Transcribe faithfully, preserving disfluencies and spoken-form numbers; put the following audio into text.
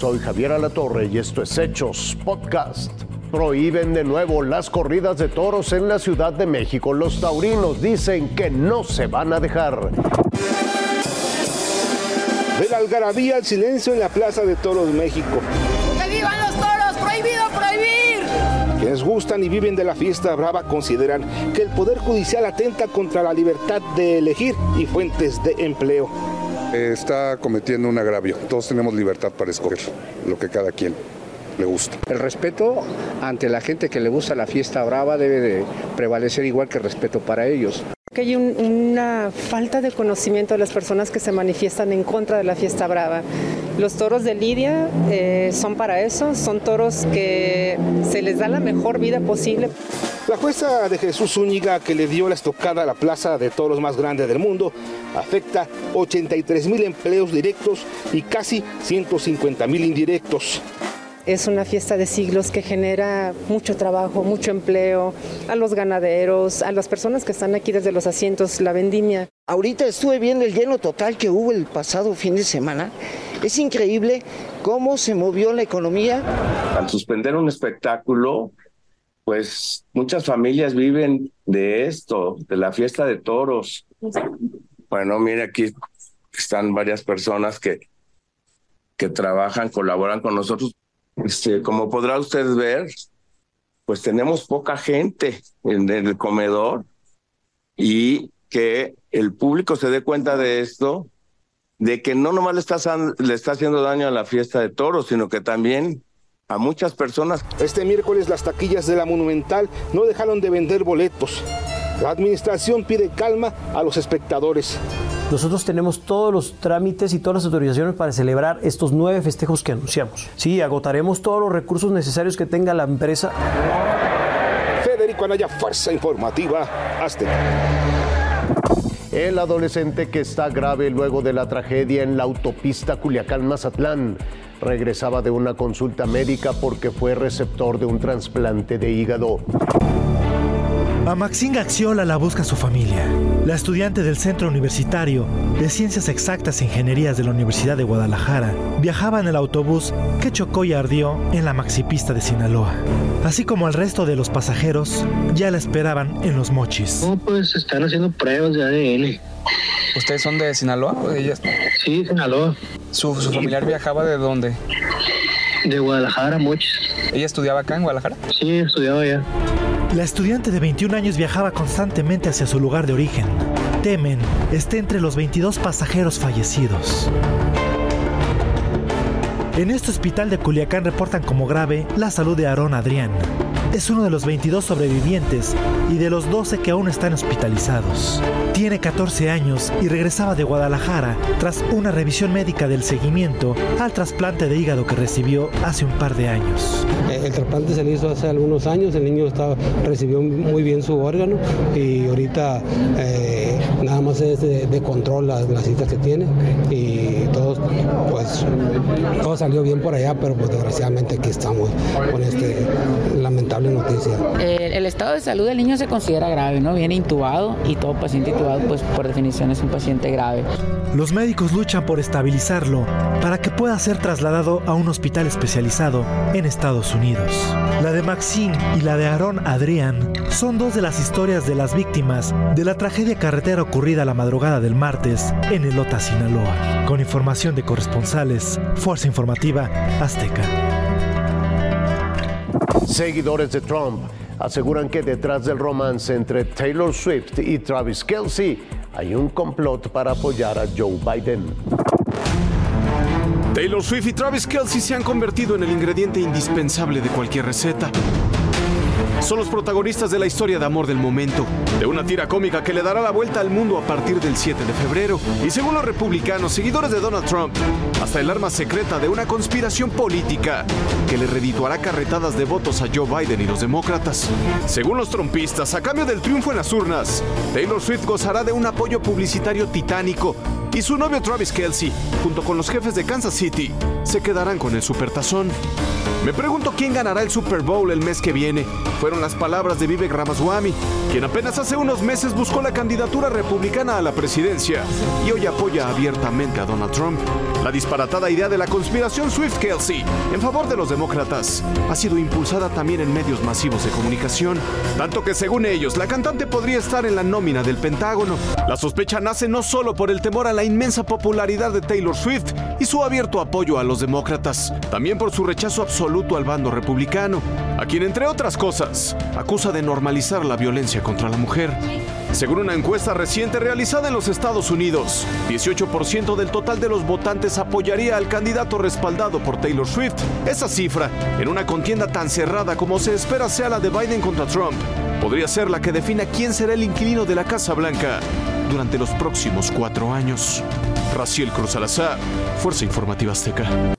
soy Javier Alatorre y esto es Hechos Podcast. Prohíben de nuevo las corridas de toros en la Ciudad de México. Los taurinos dicen que no se van a dejar. De la algarabía al silencio en la Plaza de Toros México. ¡Que vivan los toros! ¡Prohibido prohibir! Quienes gustan y viven de la fiesta brava consideran que el Poder Judicial atenta contra la libertad de elegir y fuentes de empleo. Está cometiendo un agravio. Todos tenemos libertad para escoger lo que cada quien le gusta. El respeto ante la gente que le gusta la fiesta brava debe de prevalecer igual que el respeto para ellos. Que hay un, una falta de conocimiento de las personas que se manifiestan en contra de la fiesta brava. Los toros de lidia eh, son para eso, son toros que se les da la mejor vida posible. La jueza de Jesús Zúñiga, que le dio la estocada a la plaza de toros más grande del mundo, afecta ochenta y tres mil empleos directos y casi ciento cincuenta mil indirectos. Es una fiesta de siglos que genera mucho trabajo, mucho empleo a los ganaderos, a las personas que están aquí desde los asientos, la vendimia. Ahorita estuve viendo el lleno total que hubo el pasado fin de semana. Es increíble cómo se movió la economía. Al suspender un espectáculo, pues muchas familias viven de esto, de la fiesta de toros. Bueno, mire, aquí están varias personas que, que trabajan, colaboran con nosotros. Este, como podrá usted ver, pues tenemos poca gente en el comedor y que el público se dé cuenta de esto, de que no nomás le está, le está haciendo daño a la fiesta de toros, sino que también a muchas personas. Este miércoles las taquillas de la Monumental no dejaron de vender boletos. La administración pide calma a los espectadores. Nosotros tenemos todos los trámites y todas las autorizaciones para celebrar estos nueve festejos que anunciamos. Sí, agotaremos todos los recursos necesarios que tenga la empresa. Federico Anaya, Fuerza Informativa Azteca. El adolescente que está grave luego de la tragedia en la autopista Culiacán-Mazatlán regresaba de una consulta médica porque fue receptor de un trasplante de hígado. A Maxine Gaxiola la busca su familia. La estudiante del Centro Universitario de Ciencias Exactas e Ingenierías de la Universidad de Guadalajara viajaba en el autobús que chocó y ardió en la maxipista de Sinaloa. Así como el resto de los pasajeros, ya la esperaban en Los Mochis. No, pues están haciendo pruebas de A D N. ¿Ustedes son de Sinaloa o de ellas? Sí, Sinaloa. ¿Su, su familiar viajaba de dónde? De Guadalajara, Mochis. ¿Ella estudiaba acá en Guadalajara? Sí, estudiaba allá. La estudiante de veintiún años viajaba constantemente hacia su lugar de origen. Temen esté entre los veintidós pasajeros fallecidos. En este hospital de Culiacán reportan como grave la salud de Aarón Adrián. Es uno de los veintidós sobrevivientes y de los doce que aún están hospitalizados. Tiene catorce años y regresaba de Guadalajara tras una revisión médica del seguimiento al trasplante de hígado que recibió hace un par de años. El trasplante se le hizo hace algunos años, el niño estaba, recibió muy bien su órgano y ahorita eh, nada más es de, de control las, las citas que tiene y todo, pues, todo salió bien por allá, pero pues desgraciadamente aquí estamos con este lamentable noticia. El, el estado de salud del niño se considera grave, ¿no? Viene intubado y todo paciente intubado, pues por definición es un paciente grave. Los médicos luchan por estabilizarlo para que pueda ser trasladado a un hospital especializado en Estados Unidos. La de Maxine y la de Aarón Adrián son dos de las historias de las víctimas de la tragedia carretera ocurrida la madrugada del martes en Elota, Sinaloa. Con información de corresponsales, Fuerza Informativa Azteca. Seguidores de Trump aseguran que detrás del romance entre Taylor Swift y Travis Kelce hay un complot para apoyar a Joe Biden. Taylor Swift y Travis Kelce se han convertido en el ingrediente indispensable de cualquier receta. Son los protagonistas de la historia de amor del momento, de una tira cómica que le dará la vuelta al mundo a partir del siete de febrero. Y según los republicanos, seguidores de Donald Trump, hasta el arma secreta de una conspiración política que le redituará carretadas de votos a Joe Biden y los demócratas. Según los trumpistas, a cambio del triunfo en las urnas, Taylor Swift gozará de un apoyo publicitario titánico y su novio Travis Kelce, junto con los jefes de Kansas City, se quedarán con el supertazón. Me pregunto quién ganará el Super Bowl el mes que viene. Fueron las palabras de Vivek Ramaswamy, quien apenas hace unos meses buscó la candidatura republicana a la presidencia y hoy apoya abiertamente a Donald Trump. La disparatada idea de la conspiración Swift-Kelsey en favor de los demócratas ha sido impulsada también en medios masivos de comunicación, tanto que según ellos la cantante podría estar en la nómina del Pentágono. La sospecha nace no solo por el temor a la inmensa popularidad de Taylor Swift y su abierto apoyo a los demócratas, también por su rechazo absoluto al bando republicano, a quien entre otras cosas acusa de normalizar la violencia contra la mujer. Según una encuesta reciente realizada en los Estados Unidos, dieciocho por ciento del total de los votantes apoyaría al candidato respaldado por Taylor Swift. Esa cifra, en una contienda tan cerrada como se espera sea la de Biden contra Trump, podría ser la que defina quién será el inquilino de la Casa Blanca durante los próximos cuatro años. Raciel Cruz Salazar, Fuerza Informativa Azteca.